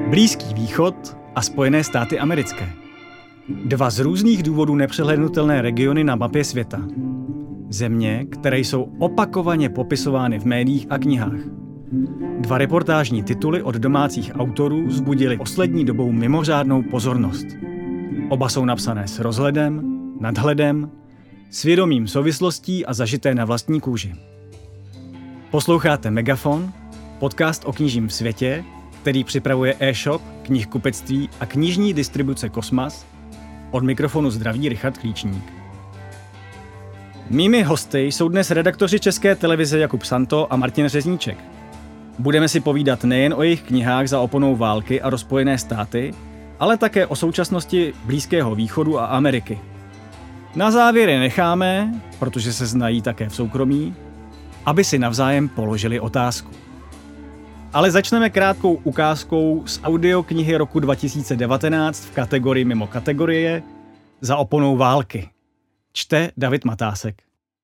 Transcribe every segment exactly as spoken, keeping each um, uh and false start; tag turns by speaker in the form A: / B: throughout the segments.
A: Blízký východ a Spojené státy americké. Dva z různých důvodů nepřehlédnutelné regiony na mapě světa. Země, které jsou opakovaně popisovány v médiích a knihách. Dva reportážní tituly od domácích autorů vzbudily poslední dobou mimořádnou pozornost. Oba jsou napsané s rozhledem, nadhledem, svědomím souvislostí a zažité na vlastní kůži. Posloucháte Megafon, podcast o knižním světě, který připravuje e-shop, knihkupectví a knižní distribuce Kosmas. Od mikrofonu zdraví Richard Klíčník. Mými hosty jsou dnes redaktoři České televize Jakub Santo a Martin Řezníček. Budeme si povídat nejen o jejich knihách Za oponou války a Rozpojené státy, ale také o současnosti Blízkého východu a Ameriky. Na závěr je necháme, protože se znají také v soukromí, aby si navzájem položili otázku. Ale začneme krátkou ukázkou z audioknihy roku dva tisíce devatenáct v kategorii mimo kategorie Za oponou války. Čte David Matásek.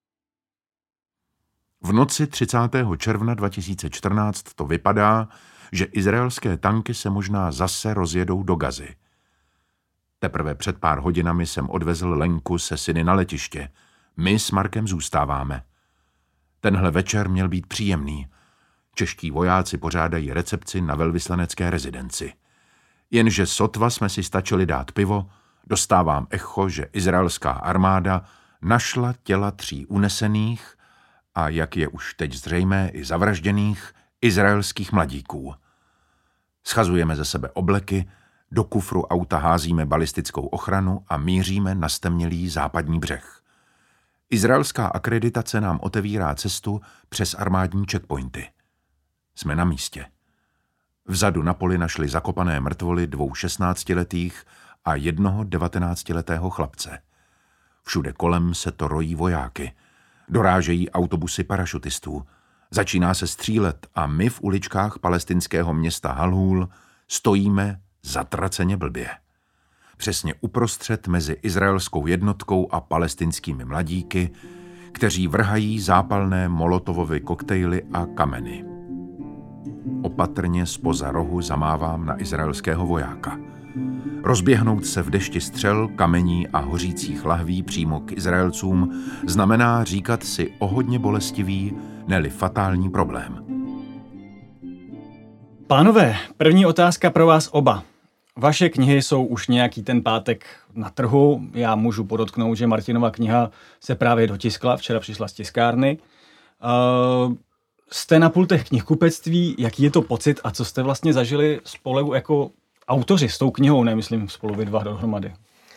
B: V noci třicátého června dva tisíce čtrnáct to vypadá, že izraelské tanky se možná zase rozjedou do Gazy. Teprve před pár hodinami jsem odvezl Lenku se syny na letiště. My s Markem zůstáváme. Tenhle večer měl být příjemný. Čeští vojáci pořádají recepci na velvyslanecké rezidenci. Jenže sotva jsme si stačili dát pivo, dostávám echo, že izraelská armáda našla těla tří unesených a, jak je už teď zřejmé, i zavražděných izraelských mladíků. Schazujeme ze sebe obleky, do kufru auta házíme balistickou ochranu a míříme na stemnělý západní břeh. Izraelská akreditace nám otevírá cestu přes armádní checkpointy. Jsme na místě. Vzadu na poli našli zakopané mrtvoly dvou šestnáctiletých a jednoho devatenáctiletého chlapce. Všude kolem se to rojí vojáky. Dorážejí autobusy parašutistů. Začíná se střílet a my v uličkách palestinského města Halhul stojíme zatraceně blbě. Přesně uprostřed mezi izraelskou jednotkou a palestinskými mladíky, kteří vrhají zápalné molotovovy koktejly a kameny. Opatrně zpoza rohu zamávám na izraelského vojáka. Rozběhnout se v dešti střel, kamení a hořících lahví přímo k Izraelcům znamená říkat si o hodně bolestivý, ne-li fatální problém.
A: Pánové, první otázka pro vás oba. Vaše knihy jsou už nějaký ten pátek na trhu. Já můžu podotknout, že Martinova kniha se právě dotiskla, včera přišla z tiskárny. Uh, jste na pultech knihkupectví, jaký je to pocit a co jste vlastně zažili spolu jako autoři s tou knihou, nemyslím spolu vy dva dohromady.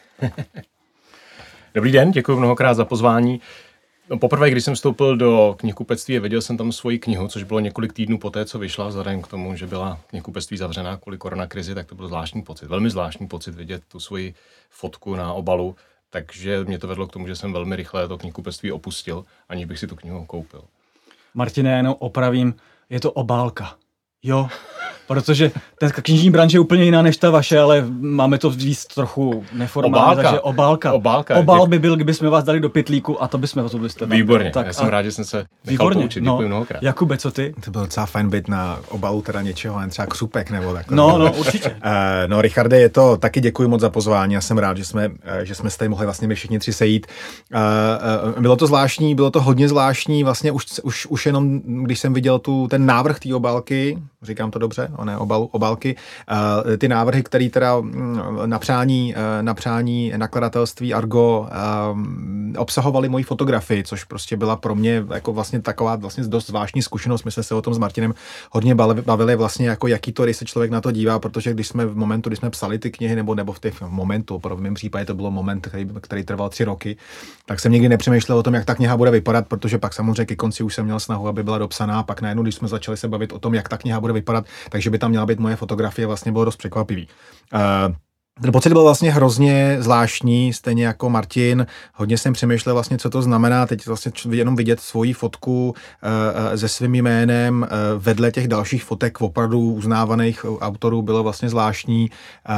C: Dobrý den, děkuji mnohokrát za pozvání. No, poprvé, když jsem vstoupil do knihkupectví a viděl jsem tam svoji knihu, což bylo několik týdnů poté, co vyšla, vzhledem k tomu, že byla knihkupectví zavřená kvůli koronakrizi, tak to byl zvláštní pocit, velmi zvláštní pocit vidět tu svoji fotku na obalu, takže mě to vedlo k tomu, že jsem velmi rychle to knihkupectví opustil, aniž bych si tu knihu koupil.
A: Martine, jenom opravím, je to obálka. Jo, protože ta knižní branže je úplně jiná než ta vaše, ale máme to víc trochu neformálně,
C: obálka.
A: takže obálka.
C: obálka.
A: Obal by byl, kdybychom vás dali do pytlíku a to bychom to byste.
C: Výborně, tak, já jsem a... rád, že jsem se nechal poučit, děkuji no, mnohokrát.
A: Jakube, co ty?
D: To byl docela fajn být na obalu teda něčeho, jen třeba křupek nebo tak.
A: No, no, určitě.
D: Uh, no, Richarde, je to, taky děkuji moc za pozvání, já jsem rád, že jsme, že jsme se tady mohli vlastně my všichni tři sejít. Uh, uh, bylo to zvláštní, bylo to hodně zvláštní, vlastně už, už, už jenom, když jsem viděl tu, ten návrh té obálky, říkám to dobře, ne obalu, obálky, uh, ty návrhy, které teda na přání, uh, na přání nakladatelství Argo um, obsahovaly moji fotografii, což prostě byla pro mě jako vlastně taková vlastně dost zvláštní zkušenost. My jsme se o tom s Martinem hodně bavili vlastně jako jaký to, když se člověk na to dívá, protože když jsme v momentu, kdy jsme psali ty knihy, nebo, nebo v těch momentu, pro v mém případě to bylo moment, který, který trval tři roky, tak jsem nikdy nepřemýšlel o tom, jak ta kniha bude vypadat, protože pak samozřejmě ke konci už jsem měl snahu, aby byla dopsaná, a pak najednou, když jsme začali se bavit o tom, jak ta kniha bude vypadat, takže by tam měla být moje fotografie, vlastně bylo dost překvapivý. Uh, Ten pocit byl vlastně hrozně zvláštní, stejně jako Martin. Hodně jsem přemýšlel vlastně, co to znamená. Teď vlastně jenom vidět svoji fotku uh, se svým jménem uh, vedle těch dalších fotek opravdu uznávaných autorů bylo vlastně zvláštní.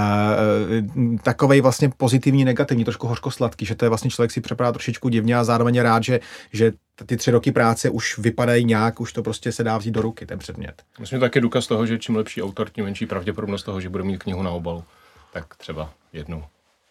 D: Uh, takovej vlastně pozitivní, negativní, trošku hořko-sladký, že to je vlastně člověk si připadá trošičku divně a zároveň rád, že, že ty tři roky práce už vypadají nějak, už to prostě se dá vzít do ruky, ten předmět.
C: Myslím, taky důkaz toho, že čím lepší autor, tím menší pravděpodobnost toho, že bude mít knihu na obalu. Tak třeba jednou.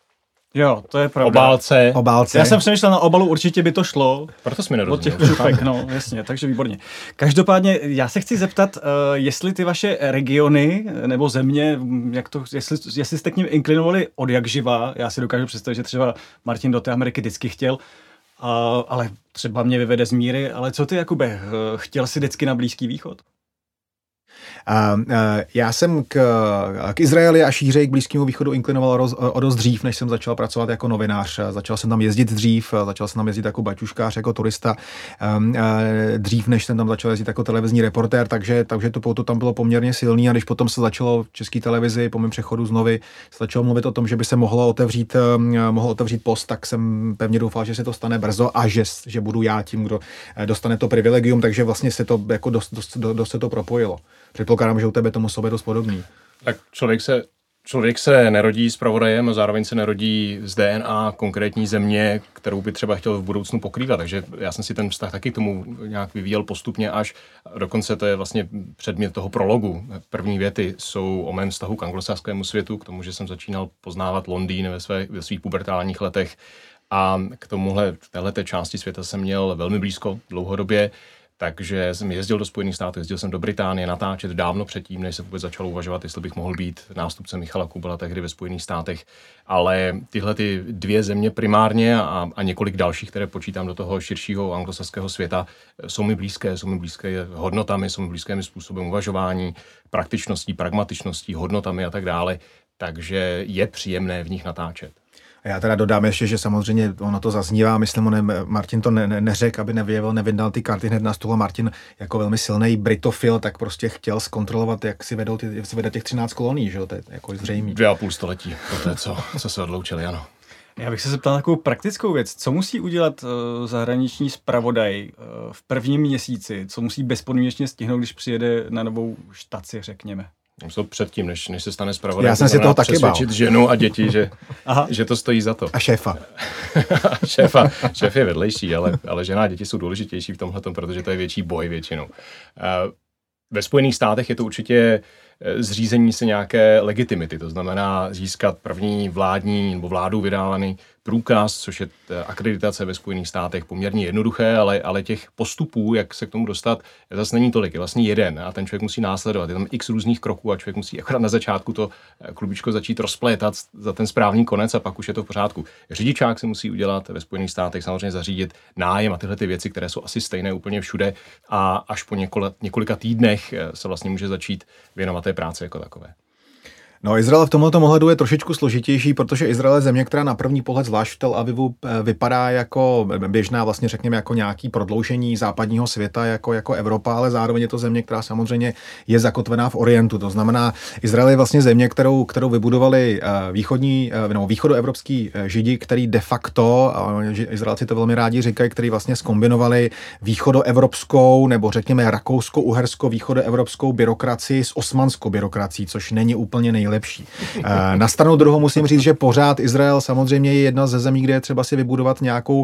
A: Jo, to je pravda.
C: Obálce.
D: Obálce.
A: Já jsem přemýšlel na obalu, určitě by to šlo.
C: Proto jsi mi nerozuměl.
A: Od těch křupek, no jasně, takže výborně. Každopádně já se chci zeptat, uh, jestli ty vaše regiony nebo země, jak to, jestli, jestli jste k ním inklinovali od jak živa. Já si dokážu představit, že třeba Martin do té Ameriky vždycky chtěl, uh, ale třeba mě vyvede z míry. Ale co ty, Jakube, uh, chtěl jsi vždycky na Blízký východ?
D: Uh, uh, já jsem k, k Izraeli a šířeji k Blízkému východu inklinoval roz, o dost dřív, než jsem začal pracovat jako novinář. Začal jsem tam jezdit dřív, začal jsem tam jezdit jako baťuškář, jako turista, um, uh, dřív, než jsem tam začal jezdit jako televizní reportér, takže, takže to pouto tam bylo poměrně silný a když potom se začalo v České televizi po mém přechodu z Novy, se začalo mluvit o tom, že by se mohlo otevřít, um, mohl otevřít post, tak jsem pevně doufal, že se to stane brzo a že, že budu já tím, kdo dostane to privilegium, takže vlastně se to jako dost, dost, dost, dost se to propojilo. Předpokládám, že u tebe to muselo být dost podobný.
C: Tak člověk se, člověk se nerodí s zpravodajem a zároveň se nerodí z D N A konkrétní země, kterou by třeba chtěl v budoucnu pokrývat. Takže já jsem si ten vztah taky k tomu nějak vyvíjel postupně až. Dokonce to je vlastně předmět toho prologu. První věty jsou o mém vztahu k anglosaskému světu, k tomu, že jsem začínal poznávat Londýn ve, své, ve svých pubertálních letech. A k tomuhle, v téhleté části světa jsem měl velmi blízko dlouhodobě. Takže jsem jezdil do Spojených států, jezdil jsem do Británie natáčet dávno předtím, než se vůbec začalo uvažovat, jestli bych mohl být nástupcem Michala Kubala tehdy ve Spojených státech. Ale tyhle ty dvě země primárně a, a několik dalších, které počítám do toho širšího anglosaského světa, jsou mi blízké, jsou mi blízké hodnotami, jsou mi blízkým způsobem uvažování, praktičností, pragmatičností, hodnotami a tak dále. Takže je příjemné v nich natáčet.
D: A já teda dodám ještě, že samozřejmě ono to zaznívá, myslím, on ne, Martin to ne, ne, neřekl, aby nevyjevil, nevydal ty karty hned na stůl. Martin jako velmi silný britofil, tak prostě chtěl zkontrolovat, jak si vedou ty, jak si vede těch třináct kolonií, že jo, to je jako zřejmý.
C: Dvě a půl století, poté co, co se odloučili, ano.
A: Já bych se zeptal takovou praktickou věc. Co musí udělat uh, zahraniční zpravodaj uh, v prvním měsíci? Co musí bezpodmínečně stihnout, když přijede na novou štaci, řekněme?
C: Jsou předtím, než, než se stane zpravodajem.
D: Já jsem si toho taky bál.
C: Přesvědčit ženu a děti, že, že to stojí za to.
D: A šéfa.
C: Šéfa. Šéf je vedlejší, ale, ale žena a děti jsou důležitější v tomhletom, protože to je větší boj většinou. Ve Spojených státech je to určitě zřízení se nějaké legitimity, to znamená získat první vládní nebo vládou vydávaný průkaz, což je akreditace ve Spojených státech, poměrně jednoduché, ale, ale těch postupů, jak se k tomu dostat, zase není tolik, je vlastně jeden a ten člověk musí následovat. Je tam x různých kroků a člověk musí akorát na začátku to klubičko začít rozplétat za ten správný konec a pak už je to v pořádku. Řidičák se musí udělat ve Spojených státech, samozřejmě zařídit nájem a tyhle ty věci, které jsou asi stejné úplně všude a až po několika, několika týdnech se vlastně může začít věnovat té práce jako takové.
D: No, Izrael v tomto ohledu je trošičku složitější, protože Izrael je země, která na první pohled, zvlášť v Tel Avivu, vypadá jako běžná, vlastně řekněme, jako nějaký prodloužení západního světa, jako, jako Evropa, ale zároveň je to země, která samozřejmě je zakotvená v Orientu. To znamená, Izrael je vlastně země, kterou, kterou vybudovali východní, nebo východoevropský židi, který de facto, a Izraelci to velmi rádi říkají, který vlastně zkombinovali východoevropskou, nebo řekněme rakousko-uherskou východoevropskou byrokracii s osmanskou byrokracií, což není úplně nejlepší. lepší. Na stranu druhou musím říct, že pořád Izrael samozřejmě je jedna ze zemí, kde je třeba si vybudovat nějakou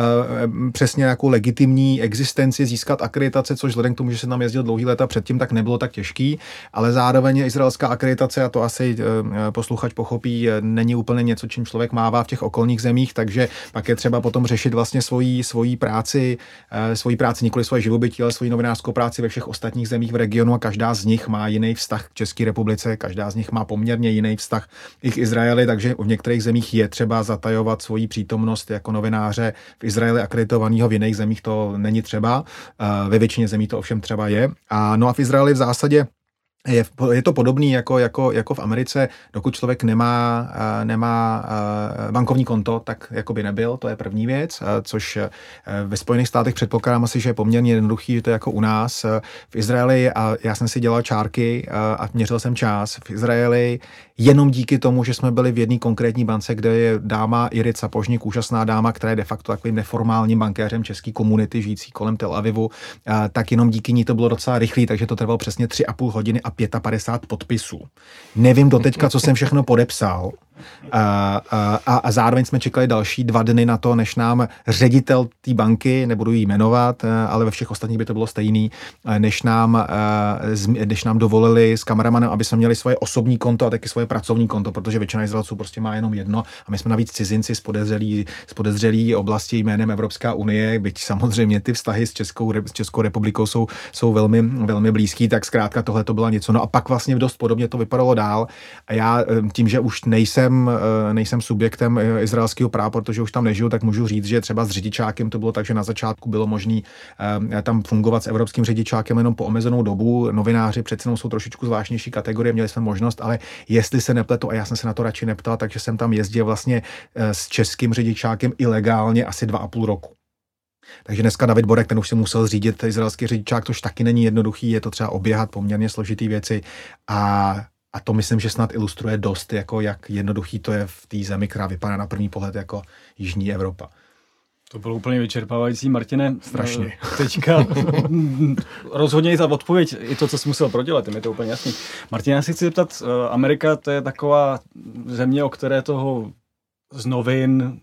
D: přesně nějakou legitimní existenci, získat akreditace, což vzhledem k tomu, že se tam jezdil dlouhý léta předtím, tak nebylo tak těžký, ale zároveň izraelská akreditace, a to asi posluchač pochopí, není úplně něco, čím člověk mává v těch okolních zemích, takže pak je třeba potom řešit vlastně svoji, svoji práci, svoji práci, nikoli svoje živobytí, ale svoji novinářskou práci ve všech ostatních zemích v regionu a každá z nich má jiný vztah k České republice, každá z nich má poměrně jiný vztah i k Izraeli, takže v některých zemích je třeba zatajovat svoji přítomnost jako novináře v Izraeli akreditovaného, v jiných zemích to není třeba, ve většině zemí to ovšem třeba je. A no a v Izraeli v zásadě Je, je to podobný jako, jako, jako v Americe, dokud člověk nemá, nemá bankovní konto, tak jako by nebyl, to je první věc, což ve Spojených státech předpokládám asi, že je poměrně jednoduchý, že to je jako u nás. V Izraeli, a já jsem si dělal čárky a měřil jsem čas, v Izraeli jenom díky tomu, že jsme byli v jedné konkrétní bance, kde je dáma Irit Sapožník, úžasná dáma, která je de facto takovým neformálním bankéřem české komunity žijící kolem Tel Avivu, tak jenom díky ní to bylo docela rychlý, takže to trvalo přesně tři a půl hodiny a padesát pět podpisů. Nevím doteďka, co jsem všechno podepsal. A, a, a zároveň jsme čekali další dva dny na to, než nám ředitel té banky, nebudu jí jmenovat, ale ve všech ostatních by to bylo stejný, než nám, než nám dovolili s kameramanem, aby jsme měli svoje osobní konto a taky svoje pracovní konto, protože většina Izraelců prostě má jenom jedno a my jsme navíc cizinci z podezřelý, z podezřelý oblasti jménem Evropská unie, byť samozřejmě ty vztahy s Českou, s Českou republikou jsou, jsou velmi, velmi blízký, tak zkrátka tohle to bylo něco. No a pak vlastně dost podobně to vypadalo dál a já tím, že už nejsem nejsem subjektem izraelského práva, protože už tam nežiju, tak můžu říct, že třeba s řidičákem to bylo tak, že na začátku bylo možné tam fungovat s evropským řidičákem jenom po omezenou dobu. Novináři přece jenom jsou trošičku zvláštnější kategorie, měli jsme možnost, ale jestli se nepletu, a já jsem se na to radši neptal, takže jsem tam jezdil vlastně s českým řidičákem ilegálně asi dva a půl roku. Takže dneska David Borek, ten už si musel zřídit izraelský řidičák, tož taky není jednoduchý, je to třeba oběhat poměrně složitý věci a A to myslím, že snad ilustruje dost, jako jak jednoduchý to je v té zemi, která vypadá na první pohled jako Jižní Evropa.
A: To bylo úplně vyčerpávající, Martine.
D: Strašně.
A: Teďka rozhodně i ta odpověď, i to, co jsi musel prodělat, je mi to úplně jasný. Martine, já si chci zeptat, Amerika to je taková země, o které toho z novin,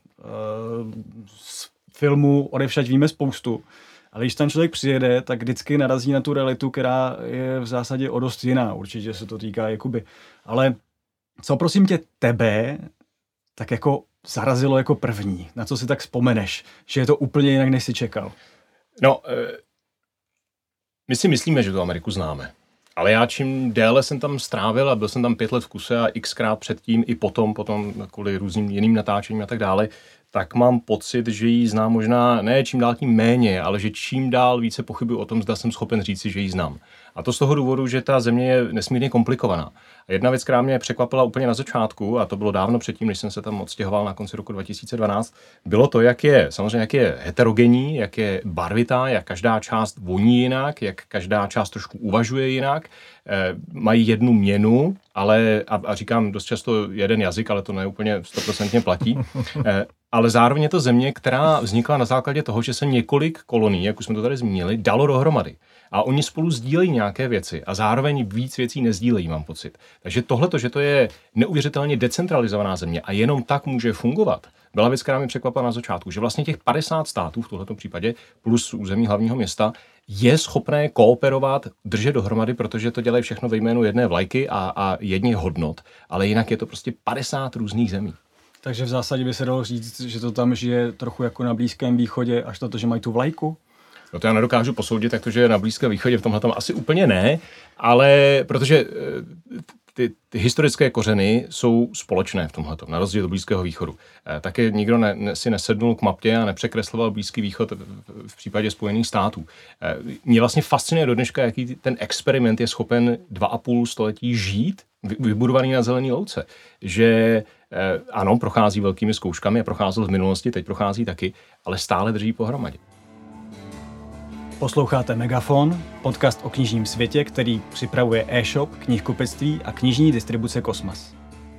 A: z filmu odevšať víme spoustu. Ale když tam člověk přijede, tak vždycky narazí na tu realitu, která je v zásadě o dost jiná. Určitě se to týká Jakuby. Ale co prosím tě tebe tak jako zarazilo jako první? Na co si tak vzpomeneš? Že je to úplně jinak, než jsi čekal?
C: No, my si myslíme, že tu Ameriku známe. Ale já čím déle jsem tam strávil a byl jsem tam pět let v kuse a xkrát předtím i potom, potom kvůli různým jiným natáčením a tak dále, tak mám pocit, že ji znám možná ne čím dál tím méně, ale že čím dál více pochybuji o tom, zda jsem schopen říci, že ji znám. A to z toho důvodu, že ta země je nesmírně komplikovaná. A jedna věc, která mě překvapila úplně na začátku, a to bylo dávno předtím, než jsem se tam odstěhoval na konci roku dva tisíce dvanáct, bylo to, jak je, samozřejmě, jak je heterogenní, jak je barvitá, jak každá část voní jinak, jak každá část trošku uvažuje jinak, e, mají jednu měnu, ale, a, a říkám dost často jeden jazyk, ale to neúplně stoprocentně platí, e, ale zároveň je to země, která vznikla na základě toho, že se několik kolonií, jak už jsme to tady zmínili, dalo dohromady. A oni spolu sdílejí nějaké věci a zároveň víc věcí nezdílejí, mám pocit. Takže tohleto, že to je neuvěřitelně decentralizovaná země a jenom tak může fungovat, byla věc, která mě překvapila na začátku, že vlastně těch padesát států v tomto případě plus území hlavního města je schopné kooperovat, držet dohromady, protože to dělají všechno ve jménu jedné vlajky a, a jedných hodnot, ale jinak je to prostě padesát různých zemí.
A: Takže v zásadě by se dalo říct, že to tam žije trochu jako na Blízkém východě, až na to, že mají tu vlajku?
C: No to já nedokážu posoudit, tak to, že na Blízkém východě v tomhle tam asi úplně ne, ale protože ty, ty historické kořeny jsou společné v tomhletom, na rozdíl od Blízkého východu. E, také nikdo ne, ne, si nesednul k mapě a nepřekresloval Blízký východ v, v případě Spojených států. E, mě vlastně fascinuje do dneška, jaký ten experiment je schopen dva a půl století žít, vybudovaný na zelený louce. Že e, ano, prochází velkými zkouškami a procházel v minulosti, teď prochází taky, ale stále drží pohromadě.
A: Posloucháte Megafon, podcast o knižním světě, který připravuje e-shop, knihkupectví a knižní distribuce Kosmas.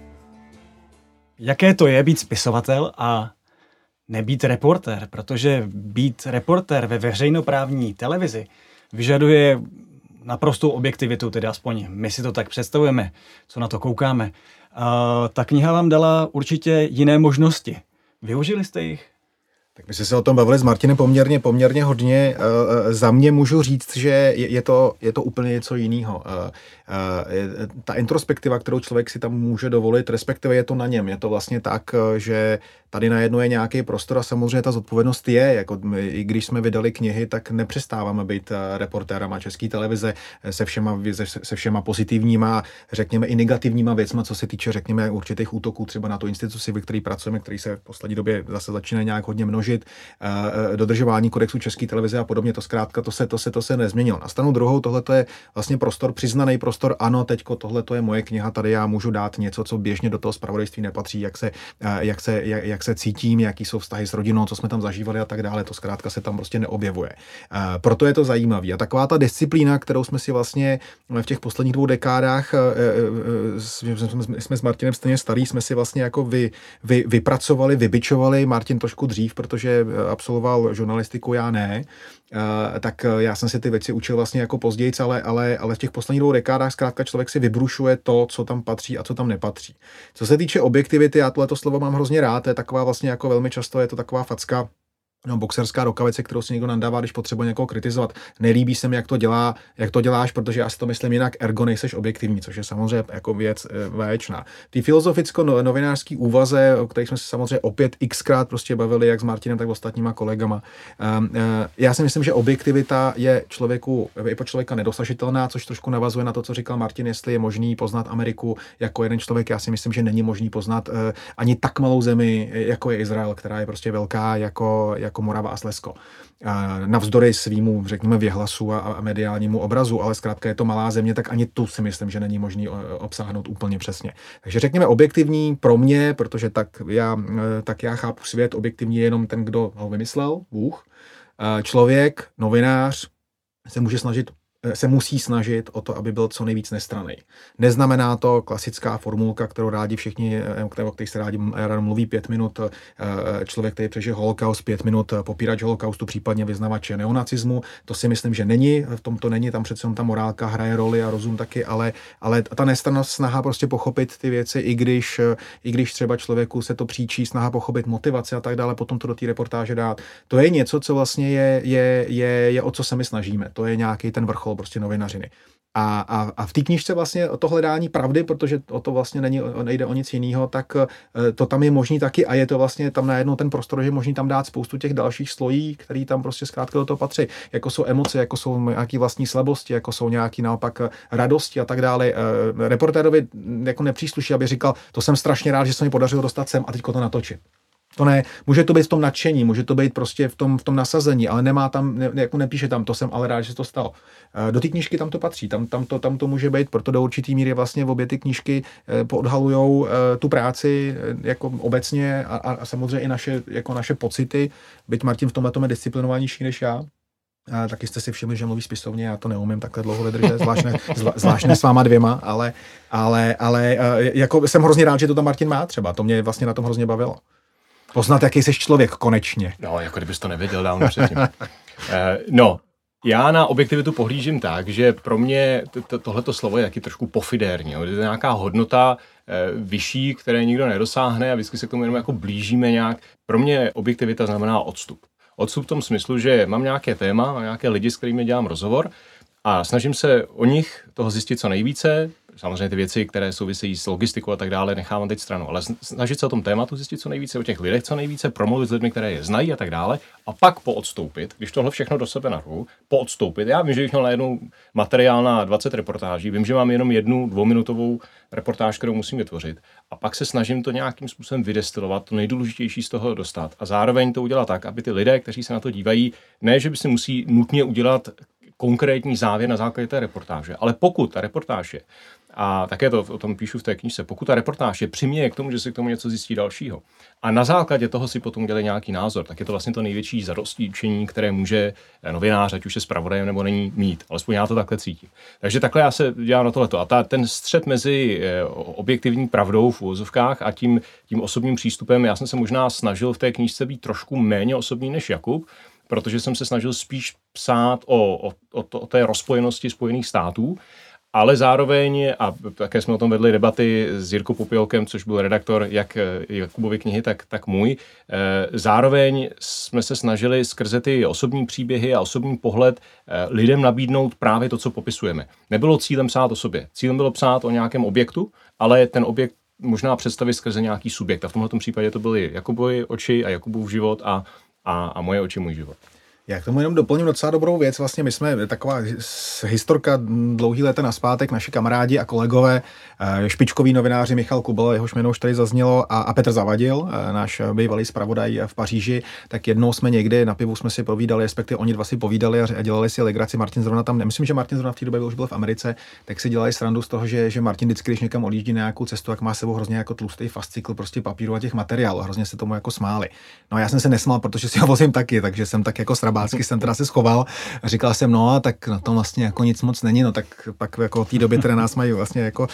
A: Jaké to je být spisovatel a nebýt reportér, protože být reportér ve veřejnoprávní televizi vyžaduje naprostou objektivitu, tedy aspoň my si to tak představujeme, co na to koukáme. A ta kniha vám dala určitě jiné možnosti. Využili jste jich?
D: Tak my jsme se o tom bavili s Martinem poměrně, poměrně hodně. Uh, za mě můžu říct, že je, je, to, je to úplně něco jiného. Uh, uh, ta introspektiva, kterou člověk si tam může dovolit, respektive je to na něm. Je to vlastně tak, že tady najednou je nějaký prostor a samozřejmě ta zodpovědnost je. Jako my, i když jsme vydali knihy, tak nepřestáváme být reportérama České televize se všema, se, se všema pozitivníma, řekněme i negativníma věcma, co se týče, řekněme, určitých útoků třeba na tu instituci, ve které pracujeme, který se v poslední době zase začíná nějak hodně množit. dodržet uh, dodržování kodexu České televize a podobně, to zkrátka to se, to se, to se nezměnilo. Na stranu druhou, tohle je vlastně prostor, přiznaný prostor, ano, teďko tohle je moje kniha, tady já můžu dát něco, co běžně do toho zpravodajství nepatří, jak se, uh, jak se, jak, jak se cítím, jaký jsou vztahy s rodinou, co jsme tam zažívali a tak dále, to zkrátka se tam prostě neobjevuje. Uh, proto je to zajímavé. A taková ta disciplína, kterou jsme si vlastně v těch posledních dvou dekádách, jsme s Martinem stejně starý, jsme si vlastně jako vy, vy, vypracovali, vybičovali, Martin trošku dřív, protože absolvoval žurnalistiku, já ne, tak já jsem si ty věci učil vlastně jako později, ale, ale, ale v těch posledních dvou dekádách zkrátka člověk si vybrušuje to, co tam patří a co tam nepatří. Co se týče objektivity, já tohleto slovo mám hrozně rád, to je taková vlastně jako velmi často je to taková facka, no, boxerská rukavice, kterou si někdo nandává, když potřebuje někoho kritizovat. Nelíbí se mi, jak to dělá, jak to děláš, protože já si to myslím jinak, ergo nejseš objektivní, což je samozřejmě jako věc e, vaječná. Ty filozoficko-novinářský úvaze, o kterých jsme se samozřejmě opět xkrát prostě bavili, jak s Martinem, tak ostatníma kolegama. E, e, já si myslím, že objektivita je člověku, i pro člověka nedosažitelná, což trošku navazuje na to, co říkal Martin, jestli je možný poznat Ameriku jako jeden člověk. Já si myslím, že není možný poznat e, ani tak malou zemi, jako je Izrael, která je prostě velká jako jako Morava a Slezsko. Navzdory svýmu, řekněme, věhlasu a, a mediálnímu obrazu, ale zkrátka je to malá země, tak ani tu si myslím, že není možný obsáhnout úplně přesně. Takže řekněme objektivní pro mě, protože tak já, tak já chápu svět, objektivní je jenom ten, kdo ho vymyslel, Bůh. Člověk, novinář se může snažit se musí snažit o to, aby byl co nejvíc nestranný. Neznamená to klasická formulka, kterou rádi všichni, o kterých se rádi mluví pět minut, člověk, který přežil holokaust, pět minut popírač holokaustu, případně vyznavač neonacismu. To si myslím, že není, v tom to není, tam přece ta morálka hraje roli a rozum taky, ale, ale ta nestrannost, snaha prostě pochopit ty věci, i když, i když třeba člověku se to příčí, snaha pochopit motivaci a tak dále, potom to do té reportáže dát. To je něco, co vlastně je, je, je, je o co se my snažíme. To je nějaký ten vrchol prostě novinařiny. A, a, a v té knížce vlastně o to hledání pravdy, protože o to vlastně není, nejde o nic jiného, tak to tam je možný taky a je to vlastně tam najednou ten prostor, že je možný tam dát spoustu těch dalších slojí, který tam prostě zkrátka do toho patří. Jako jsou emoce, jako jsou nějaké vlastní slabosti, jako jsou nějaké naopak radosti a tak dále. Reportérovi jako nepřísluší, aby říkal, to jsem strašně rád, že se mi podařilo dostat sem a teďko to natočit. To ne, může to být v tom nadšení, může to být prostě v tom, v tom nasazení, ale nemá tam, ne, jako nepíše tam, to jsem ale rád, že se to stalo. Do té knížky tam to patří, tam, tam, to, tam to může být, proto do určitý míry vlastně v obě ty knížky podhalujou tu práci jako obecně a, a samozřejmě i naše, jako naše pocity, byť Martin v tomhle tom je disciplinovanější než já. A taky jste si všimli, že mluví spisovně, já to neumím takhle dlouho vydržet, zvláštně, zvláštně s váma dvěma, ale, ale, ale jako jsem hrozně rád, že to tam Martin má třeba, to mě vlastně na tom hrozně bavilo. Poznat, jaký jsi člověk, konečně.
C: No, jako kdybys to nevěděl dávno předtím. eh, no, já na objektivitu pohlížím tak, že pro mě tohleto slovo je taky trošku pofidérní. Je to nějaká hodnota eh, vyšší, které nikdo nedosáhne a vždycky se k tomu jenom jako blížíme nějak. Pro mě objektivita znamená odstup. Odstup v tom smyslu, že mám nějaké téma, mám nějaké lidi, s kterými dělám rozhovor a snažím se o nich toho zjistit co nejvíce. Samozřejmě ty věci, které souvisejí s logistikou a tak dále, nechávám teď stranou, ale snažit se o tom tématu zjistit co nejvíce, o těch lidech co nejvíce, promluvit s lidmi, které je znají a tak dále, a pak poodstoupit, když tohle všechno do sebe narvu, poodstoupit. Já vím, že bych měl najednou materiál na dvacet reportáží, vím, že mám jenom jednu dvouminutovou reportáž, kterou musím vytvořit, a pak se snažím to nějakým způsobem vydestilovat, to nejdůležitější z toho dostat a zároveň to udělat tak, aby ty lidé, kteří se na to dívají, ne, že by si musí nutně udělat konkrétní závěr na základě té reportáže, ale pokud ta reportáž je, a také to o tom píšu v té knížce, pokud ta reportáž je přiměje k tomu, že si k tomu něco zjistí dalšího a na základě toho si potom dělá nějaký názor, tak je to vlastně to největší zadostiučinění, které může novinář, ať už je zpravodajem nebo není, mít. Alespoň já to takhle cítím. Takže takhle já se dělám na tohleto. A ta, ten střed mezi objektivní pravdou v uvozovkách a tím, tím osobním přístupem, já jsem se možná snažil v té knížce být trošku méně osobní než Jakub, protože jsem se snažil spíš psát o, o, o, to, o té rozpojenosti Spojených států, ale zároveň, a také jsme o tom vedli debaty s Jirkou Popělkem, což byl redaktor jak Jakubovy knihy, tak, tak můj, zároveň jsme se snažili skrze ty osobní příběhy a osobní pohled lidem nabídnout právě to, co popisujeme. Nebylo cílem psát o sobě. Cílem bylo psát o nějakém objektu, ale ten objekt možná představit skrze nějaký subjekt. A v tomhle případě to byly Jakubovy oči a Jakubův život a, a, a moje oči, můj život.
D: Já k tomu jenom doplním docela dobrou věc. Vlastně my jsme taková historka dlouhý léta nazpátek, naši kamarádi a kolegové, špičkoví novináři Michal Kubel, jehož jméno už tady zaznělo, a, a Petr Zavadil, náš bývalý zpravodaj v Paříži, tak jednou jsme někdy na pivu jsme si povídali, respektive oni dva si povídali a dělali si legraci. Martin zrovna tam, nemyslím, že Martin zrovna v té době už byl v Americe, tak si dělali srandu z toho, že, že Martin vždycky, když někam odjíždí na nějakou cestu, tak má sebou hrozně jako tlustý fascikl prostě papíru a těch materiálů. Hrozně se tomu jako smáli. No já jsem se nesmál, protože si ho vozím taky, takže jsem tak jako srabácky jsem teda se schoval. Říkal jsem, no, tak na tom vlastně jako nic moc není, no tak pak jako v té době teda nás mají vlastně jako,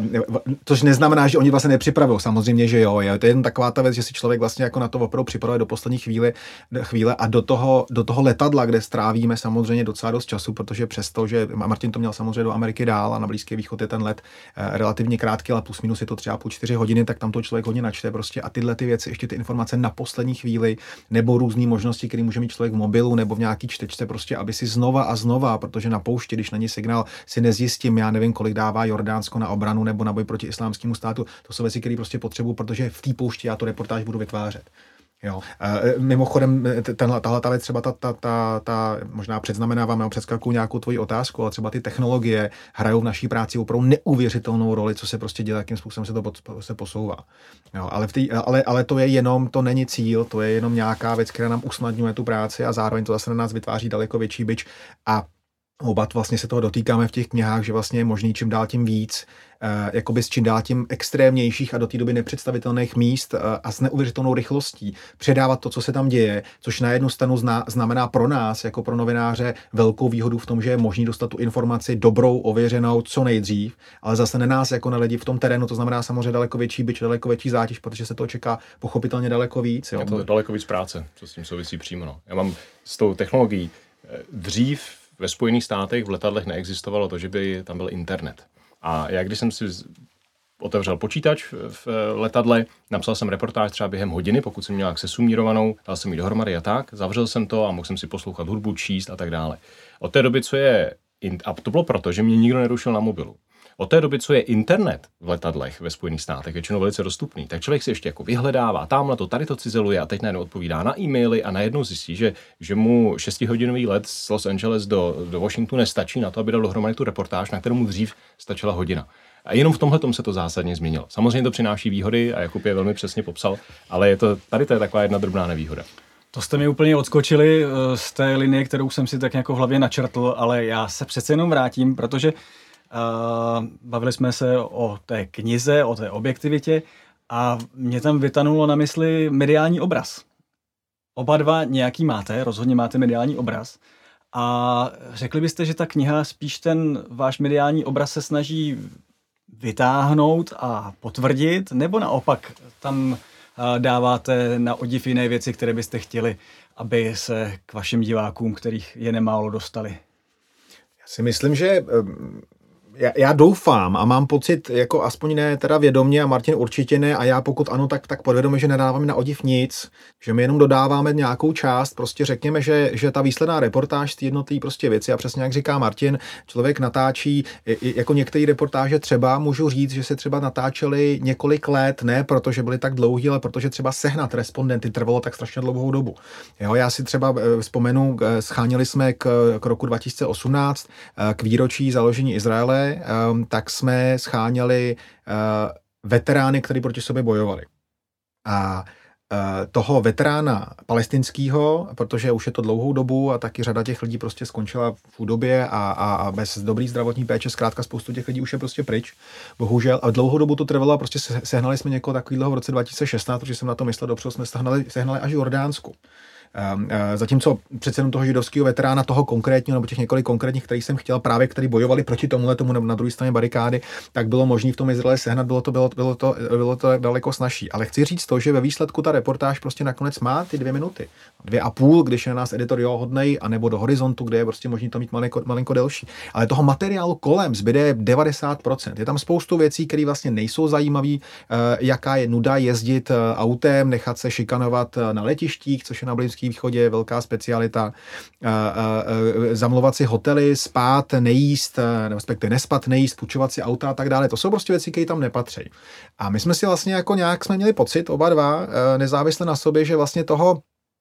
D: což neznamená, že oni vlastně nepřipravují, samozřejmě, že jo, je to jen taková ta věc, že si člověk vlastně jako na to opravdu připravuje do poslední chvíli, chvíle a do toho, do toho letadla, kde strávíme samozřejmě docela dost času, protože přesto, že Martin to měl samozřejmě do Ameriky dál a na Blízký východ je ten let relativně krátký, ale plus minus je to třeba půl čtyři hodiny, tak tam to člověk hodně načte prostě a tyhle ty věci, ještě ty informace na poslední chvíli nebo různé možnosti, které může mít člověk v mobilu nebo v nějaký čtečce prostě, aby si znova a znova, protože na poušti, když není signál, si nezjistím, já nevím, kolik dává Jordánsko na obranu nebo na boj proti islámskému státu. To jsou věci, které prostě potřebuju, protože v té poušti já tu reportáž budu vytvářet. Jo. E, mimochodem, tahle ta věc třeba ta, ta, ta, ta možná předznamenávám nebo předskakuju nějakou tvoji otázku, ale třeba ty technologie hrajou v naší práci opravdu neuvěřitelnou roli, co se prostě dělá, jakým způsobem se to pod, se posouvá. Jo. Ale, v tý, ale, ale to je jenom, to není cíl, to je jenom nějaká věc, která nám usnadňuje tu práci a zároveň to zase na nás vytváří daleko větší bič a oba vlastně se toho dotýkáme v těch knihách, že vlastně je možný čím dál tím víc, eh, jakoby s čím dál tím extrémnějších a do té doby nepředstavitelných míst eh, a s neuvěřitelnou rychlostí předávat to, co se tam děje, což na jednu stranu zna, znamená pro nás, jako pro novináře, velkou výhodu v tom, že je možný dostat tu informaci dobrou, ověřenou, co nejdřív, ale zase na nás jako na lidi v tom terénu, to znamená samozřejmě daleko větší bič, daleko větší zátěž, protože se to čeká pochopitelně daleko víc. Jo.
C: Je to daleko víc práce, co s tím souvisí přímo. No. Já mám s tou technologií dřív ve Spojených státech v letadlech neexistovalo to, že by tam byl internet. A já, když jsem si otevřel počítač v letadle, napsal jsem reportáž třeba během hodiny, pokud jsem měl jak sesumírovanou, dal jsem ji dohromady a tak, zavřel jsem to a mohl jsem si poslouchat hudbu, číst a tak dále. Od té doby, co je, a to bylo proto, že mě nikdo nerušil na mobilu. Od té doby, co je internet v letadlech ve Spojených státech, většinou velice dostupný, tak člověk si ještě jako vyhledává, tamhle to, tady to cizeluje a teď najednou odpovídá na e-maily a najednou zjistí, že, že mu šestihodinový let z Los Angeles do, do Washingtonu nestačí na to, aby dal dohromady tu reportáž, na kterou mu dřív stačila hodina. A jenom v tomhletom se to zásadně změnilo. Samozřejmě to přináší výhody a Jakub je velmi přesně popsal, ale je to, tady to je taková jedna drobná nevýhoda.
A: To jste mi úplně odskočili z té linie, kterou jsem si tak jako v hlavě načrtl, ale já se přece jenom vrátím, protože Uh, bavili jsme se o té knize, o té objektivitě a mě tam vytanulo na mysli mediální obraz. Oba dva nějaký máte, rozhodně máte mediální obraz a řekli byste, že ta kniha spíš ten váš mediální obraz se snaží vytáhnout a potvrdit, nebo naopak tam uh, dáváte na odiv jiné věci, které byste chtěli, aby se k vašim divákům, kterých je nemálo, dostali?
D: Já si myslím, že um... Já, já doufám a mám pocit, jako aspoň ne teda vědomě a Martin určitě ne a já pokud ano, tak, tak podvědomě, že nedáváme na odiv nic, že my jenom dodáváme nějakou část, prostě řekněme, že, že ta výsledná reportáž, ty jednotlivé prostě věci a přesně jak říká Martin, člověk natáčí, jako některé reportáže třeba, můžu říct, že se třeba natáčely několik let, ne protože byly tak dlouhý, ale protože třeba sehnat respondenty trvalo tak strašně dlouhou dobu. Jo, já si třeba vzpomenu, scháněli jsme k, k roku dva tisíce osmnáct, k výročí založení Izraele, tak jsme scháněli veterány, kteří proti sobě bojovali. A toho veterána palestinského, protože už je to dlouhou dobu a taky řada těch lidí prostě skončila v chudobě a, a, a bez dobrý zdravotní péče, zkrátka spoustu těch lidí už je prostě pryč, bohužel. A dlouhou dobu to trvalo a prostě sehnali jsme někoho takového v roce dva tisíce šestnáct, protože jsem na to myslel dopředu, jsme sehnali, sehnali až Jordánsku. Zatímco přece jenom toho židovského veterána, toho konkrétního, nebo těch několik konkrétních, který jsem chtěl, právě který bojovali proti tomuhle tomu na druhé straně barikády, tak bylo možné v tom Izraeli sehnat, bylo to, bylo, bylo, to, bylo to daleko snazší. Ale chci říct to, že ve výsledku ta reportáž prostě nakonec má ty dvě minuty. Dvě a půl, když je na nás editor jo hodnej, anebo do Horizontu, kde je prostě možné to mít malinko, malinko delší. Ale toho materiálu kolem zbyde devadesát procent. Je tam spoustu věcí, které vlastně nejsou zajímavé, jaká je nuda jezdit autem, nechat se šikanovat na letištích, což je na Blízkém východě velká specialita, zamlouvat si hotely, spát, nejíst, respektive nespat, nejíst, půjčovat si auta a tak dále. To jsou prostě věci, které tam nepatří. A my jsme si vlastně jako nějak jsme měli pocit, oba dva, nezávisle na sobě, že vlastně toho,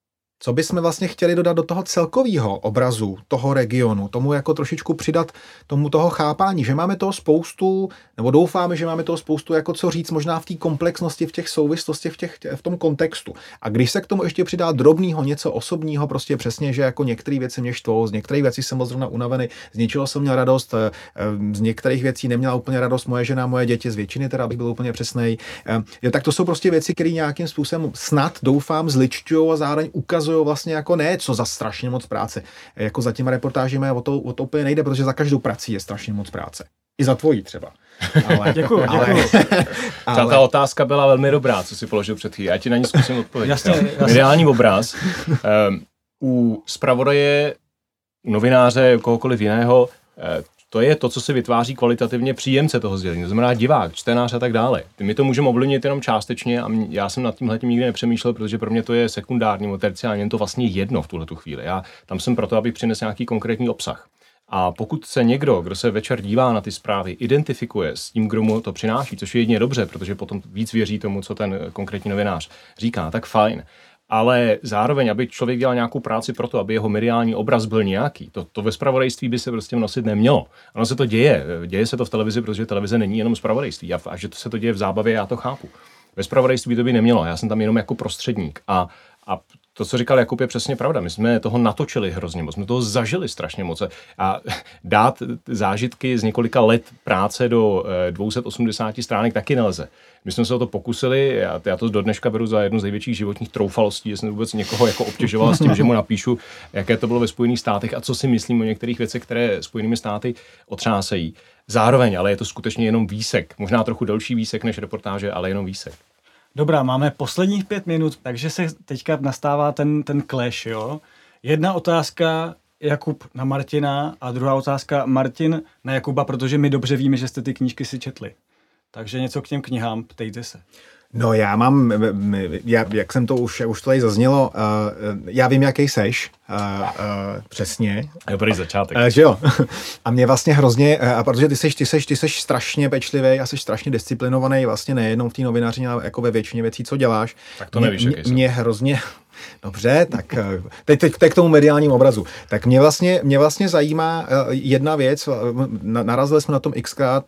D: co bychom vlastně chtěli dodat do toho celkového obrazu toho regionu, tomu jako trošičku přidat tomu toho chápání, že máme toho spoustu, nebo doufáme, že máme toho spoustu jako co říct možná v té komplexnosti, v těch souvislostech, v, těch, v tom kontextu. A když se k tomu ještě přidá drobného, něco osobního, prostě přesně, že jako některé věci mě štvou, z některých věcí jsem byl zrovna unavený, z něčeho jsem měl radost, z některých věcí neměla úplně radost moje žena, moje děti, z většiny teda, abych byl úplně přesnej. Tak to jsou prostě věci, které nějakým způsobem snad doufám zličťují a zároveň ukazují vlastně jako ne, co za strašně moc práce. Jako za těma reportážemi o to, o to úplně nejde, protože za každou prací je strašně moc práce. I za tvojí třeba.
A: Ale, děkuju, děkuju.
C: Ale... Ta otázka byla velmi dobrá, co si položil před chvílí. Já ti na ní zkusím odpovědět.
A: Jasně, jasně.
C: Ideální obraz. Um, u zpravodaje, novináře, kohokoliv jiného, uh, to je to, co se vytváří kvalitativně příjemce toho sdělení. To znamená divák, čtenář a tak dále. My to můžeme ovlivnit jenom částečně a já jsem nad tímhletím nikdy nepřemýšlel, protože pro mě to je sekundární nebo terciální, jen to vlastně jedno v tuhletu chvíli. Já tam jsem proto, abych přinesl nějaký konkrétní obsah. A pokud se někdo, kdo se večer dívá na ty zprávy, identifikuje s tím, kdo mu to přináší, což je jedině dobře, protože potom víc věří tomu, co ten konkrétní novinář říká, tak fajn. Ale zároveň, aby člověk dělal nějakou práci pro to, aby jeho mediální obraz byl nějaký, to, to ve zpravodajství by se prostě nosit nemělo. Ono se to děje, děje se to v televizi, protože televize není jenom zpravodajství a, a že to se to děje v zábavě, já to chápu. Ve zpravodajství to by nemělo, já jsem tam jenom jako prostředník a, a to, co říkal Jakub, je přesně pravda. My jsme toho natočili hrozně moc, jsme toho zažili strašně moc. A dát zážitky z několika let práce do dvě stě osmdesát stránek taky nelze. My jsme se o to pokusili, já, já to do dneška beru za jednu z největších životních troufalostí, že jsem vůbec někoho jako obtěžoval s tím, že mu napíšu, jaké to bylo ve Spojených státech a co si myslím o některých věcech, které Spojenými státy otřásejí. Zároveň, ale je to skutečně jenom výsek, možná trochu delší výsek než reportáže, ale jenom výsek.
A: Dobrá, máme posledních pět minut, takže se teďka nastává ten, ten clash, jo. Jedna otázka Jakub na Martina a druhá otázka Martin na Jakuba, protože my dobře víme, že jste ty knížky si četli. Takže něco k těm knihám, ptejte se.
D: No já mám, já, jak jsem to už, už tady zaznělo, uh, já vím, jaký seš, uh, uh, přesně.
C: Dobrý začátek.
D: Uh, že jo. A mě vlastně hrozně, uh, a protože ty seš, ty seš, ty seš strašně pečlivý a seš strašně disciplinovaný, vlastně nejenom v té novinařině, ale jako ve většině věcí, co děláš.
C: Tak to nevíš,
D: mě, mě hrozně... Dobře, tak teď, teď, teď k tomu mediálnímu obrazu. Tak mě vlastně, mě vlastně zajímá jedna věc, narazili jsme na tom xkrát,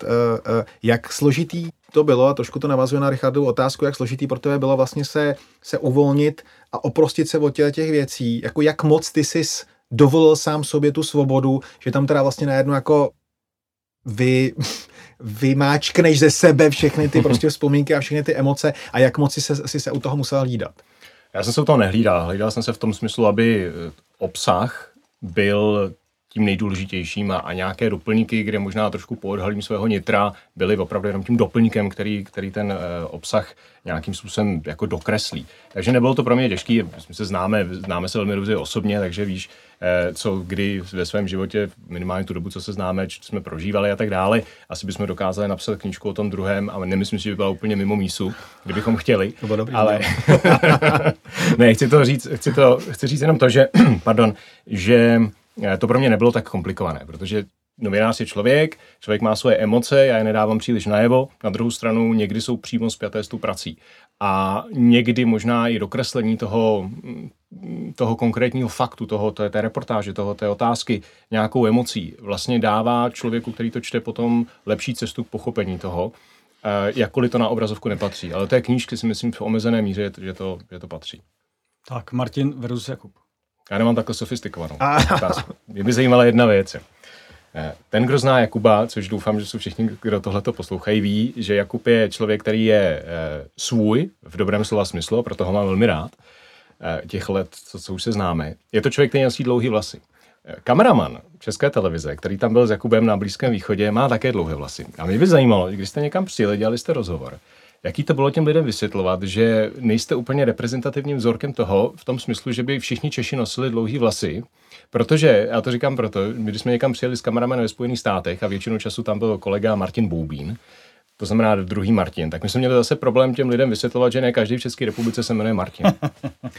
D: jak složitý to bylo, a trošku to navazuje na Richardovu otázku, jak složitý pro tebe bylo vlastně se, se uvolnit a oprostit se od těch věcí, jako jak moc ty jsi dovolil sám sobě tu svobodu, že tam teda vlastně najednou jako vy... vymáčkneš ze sebe všechny ty prostě vzpomínky a všechny ty emoce a jak moc si se, si se u toho musel hlídat.
C: Já jsem se u toho nehlídal. Hlídal jsem se v tom smyslu, aby obsah byl tím nejdůležitějším a, a nějaké doplňky, kde možná trošku poodhalím svého nitra, byly opravdu jenom tím doplňkem, který, který ten e, obsah nějakým způsobem jako dokreslí. Takže nebylo to pro mě těžký, my se známe, známe se velmi dobře osobně, takže víš, e, co kdy ve svém životě, minimálně tu dobu, co se známe, jsme prožívali a tak dále. Asi bychom dokázali napsat knížku o tom druhém, ale nemyslím si, že by byla úplně mimo mísu, kdybychom chtěli.
D: To bylo dobrý,
C: ale ne, chci to říct, chci, to, chci říct jenom to, že, pardon, že to pro mě nebylo tak komplikované, protože novinář je člověk, člověk má svoje emoce, já je nedávám příliš najevo, na druhou stranu někdy jsou přímo spjaté s tou prací. A někdy možná i dokreslení toho, toho konkrétního faktu, toho, té, té reportáže, toho, té otázky, nějakou emocí vlastně dává člověku, který to čte, potom lepší cestu k pochopení toho, jakkoliv to na obrazovku nepatří. Ale té knížky si myslím v omezené míře, že to, že to patří.
A: Tak, Martin versus Jakub.
C: Já nemám takhle sofistikovanou otázku. Mě by zajímala jedna věc. Ten, kdo zná Jakuba, což doufám, že jsou všichni, kdo tohleto poslouchají, ví, že Jakub je člověk, který je svůj, v dobrém slova smyslu, proto ho mám velmi rád, těch let, co, co už se známe. Je to člověk, který nosí dlouhý vlasy. Kameraman České televize, který tam byl s Jakubem na Blízkém východě, má také dlouhé vlasy. A mě by zajímalo, když jste někam přijeli, dělali jste rozhovor, jaký to bylo těm lidem vysvětlovat, že nejste úplně reprezentativním vzorkem toho, v tom smyslu, že by všichni Češi nosili dlouhý vlasy, protože, já to říkám proto, my když jsme někam přijeli s kameramanem ve Spojených státech a většinu času tam byl kolega Martin Boubín, to znamená druhý Martin, tak my jsme měli zase problém těm lidem vysvětlovat, že ne každý v České republice se jmenuje Martin.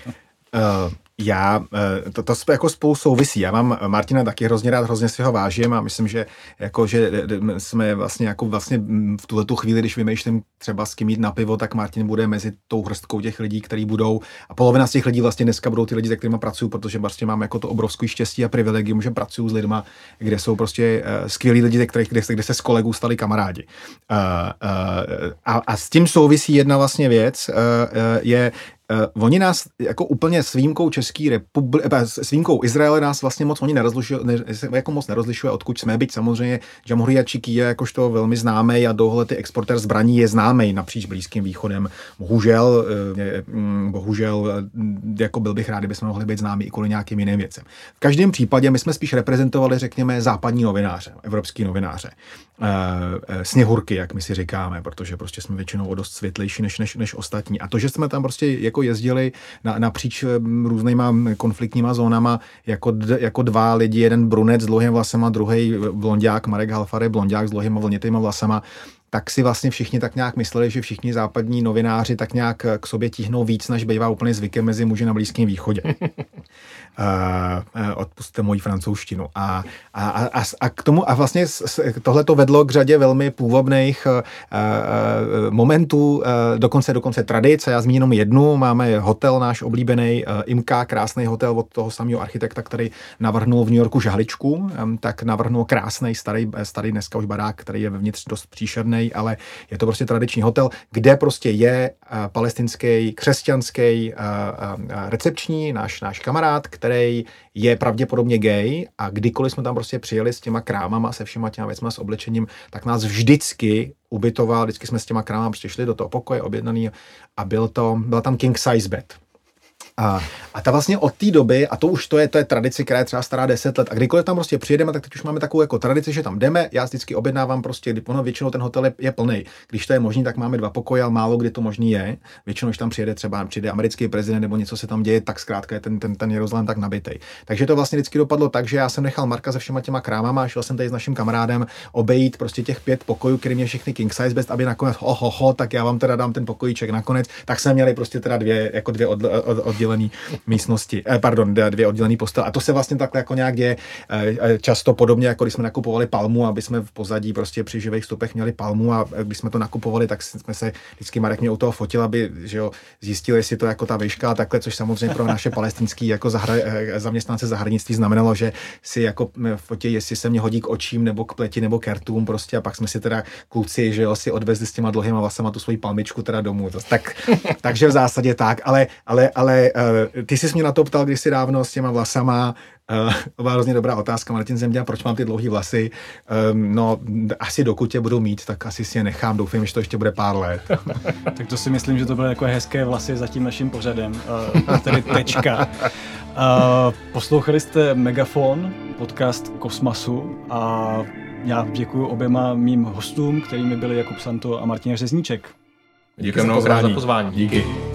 D: Uh, já, to, to jako spolu souvisí. Já mám Martina taky hrozně rád, hrozně si ho vážím a myslím, že, jako, že jsme vlastně, jako vlastně v tuhletu chvíli, když vymýšlím třeba s kým jít na pivo, tak Martin bude mezi tou hrstkou těch lidí, kteří budou, a polovina z těch lidí vlastně dneska budou ty lidi, se kterými pracuju, protože vlastně mám jako to obrovské štěstí a privilegium, že pracuju s lidma, kde jsou prostě uh, skvělí lidi, kde, kde, kde se s kolegů stali kamarádi. Uh, uh, a, a s tím souvisí jedna vlastně věc, uh, uh, je Uh, oni nás jako úplně s výjimkou České republiky, s výjimkou Izraele nás vlastně moc oni nerozlišuje, ne, jako moc nerozlišuje, odkud jsme, byť samozřejmě Jamhuriyat Číky je jakožto velmi známý a dlouholetý exportér zbraní je známý napříč Blízkým východem. Bohužel, uh, bohužel, jako byl bych rád, kdybychom mohli být známí i kvůli nějakým jiným věcem. V každém případě my jsme spíš reprezentovali, řekněme, západní novináře, evropský novináře. Uh, uh, sněhurky, jak my si říkáme, protože prostě jsme většinou o dost světlejší než, než, než ostatní. A to, že jsme tam prostě jako jezdili na, napříč různýma konfliktníma zónama jako, d, jako dva lidi, jeden brunec s dlouhým vlasama, druhý blonďák, Marek Halfary, blonďák s dlouhýma vlnitýma vlasama, tak si vlastně všichni tak nějak mysleli, že všichni západní novináři tak nějak k sobě tíhnou víc, než bývá úplně zvykem mezi muži na Blízkém východě. uh, uh, odpusťte moji francouzštinu. A, a, a, a k tomu, a vlastně tohle to vedlo k řadě velmi půvabných uh, uh, momentů, uh, dokonce, dokonce tradic. Já zmíním jenom jednu. Máme hotel náš oblíbený, uh, Imka, krásný hotel od toho samého architekta, který navrhnul v New Yorku žahličku, um, tak navrhnul krásný starý, starý dneska už barák, který je vevnitř dost příšerný, ale je to prostě tradiční hotel, kde prostě je uh, palestinský, křesťanský uh, uh, recepční, náš, náš kamarád, který je pravděpodobně gay a kdykoliv jsme tam prostě přijeli s těma krámama, se všema těma věcma, s oblečením, tak nás vždycky ubytoval, vždycky jsme s těma krámama prostě šli do toho pokoje objednaný a byl to, byla tam king size bed. A, a ta vlastně od té doby, a to už to je, to je tradice, která je třeba stará deset let, a kdykoliv tam prostě přijedeme, tak teď už máme takovou jako tradici, že tam jdeme, já vždycky objednávám prostě, kdy ono většinou ten hotel je, je plný. Když to je možný, tak máme dva pokoje, ale málo kdy to možný je. Většinou, když tam přijede třeba přijde americký prezident nebo něco se tam děje, tak zkrátka je ten, ten, ten Jeruzalém tak nabitej. Takže to vlastně vždycky dopadlo tak, že já jsem nechal Marka se všema těma krámama, šel jsem tady s naším kamarádem obejít prostě těch pět pokojů, který mě všechny king size best, aby nakonec ho, ho, ho, tak já vám teda dám ten pokojíček nakonec. Tak jsme měli prostě teda dvě jako dvě od, od, oddělený místnosti, eh, pardon, dvě oddělené postele. A to se vlastně takhle jako nějak děje eh, často podobně, jako když jsme nakupovali palmu, aby jsme v pozadí prostě při živých stupech měli palmu a když jsme to nakupovali, tak jsme se vždycky Marek mě u toho fotil, aby že jo, zjistil, jestli to jako ta výška a takhle, což samozřejmě pro naše palestinský jako zahra, eh, zaměstnance zahraničí znamenalo, že si jako fotí, jestli se mě hodí k očím nebo k pleti nebo k rtům prostě a pak jsme si teda kluci, že jo, si odvezli s těma dlouhýma vlasama tu svoji palmičku teda domů. Tak, takže v zásadě tak, ale, ale, ale eh, ty jsi mě na to ptal kdysi dávno s těma vlasama. Uh, to byla hrozně dobrá otázka. Martin Zemďan, proč mám ty dlouhý vlasy? Um, no, asi dokud tě budu mít, tak asi si je nechám. Doufám, že to ještě bude pár let.
A: Tak to si myslím, že to byly jako hezké vlasy za tím naším pořadem. Uh, tedy tečka. Uh, poslouchali jste Megafon, podcast Kosmasu a já děkuji oběma mým hostům, kterými byli Jakub Santo a Martin Řezníček.
C: Díky mnohokrát za pozvání.
D: Díky.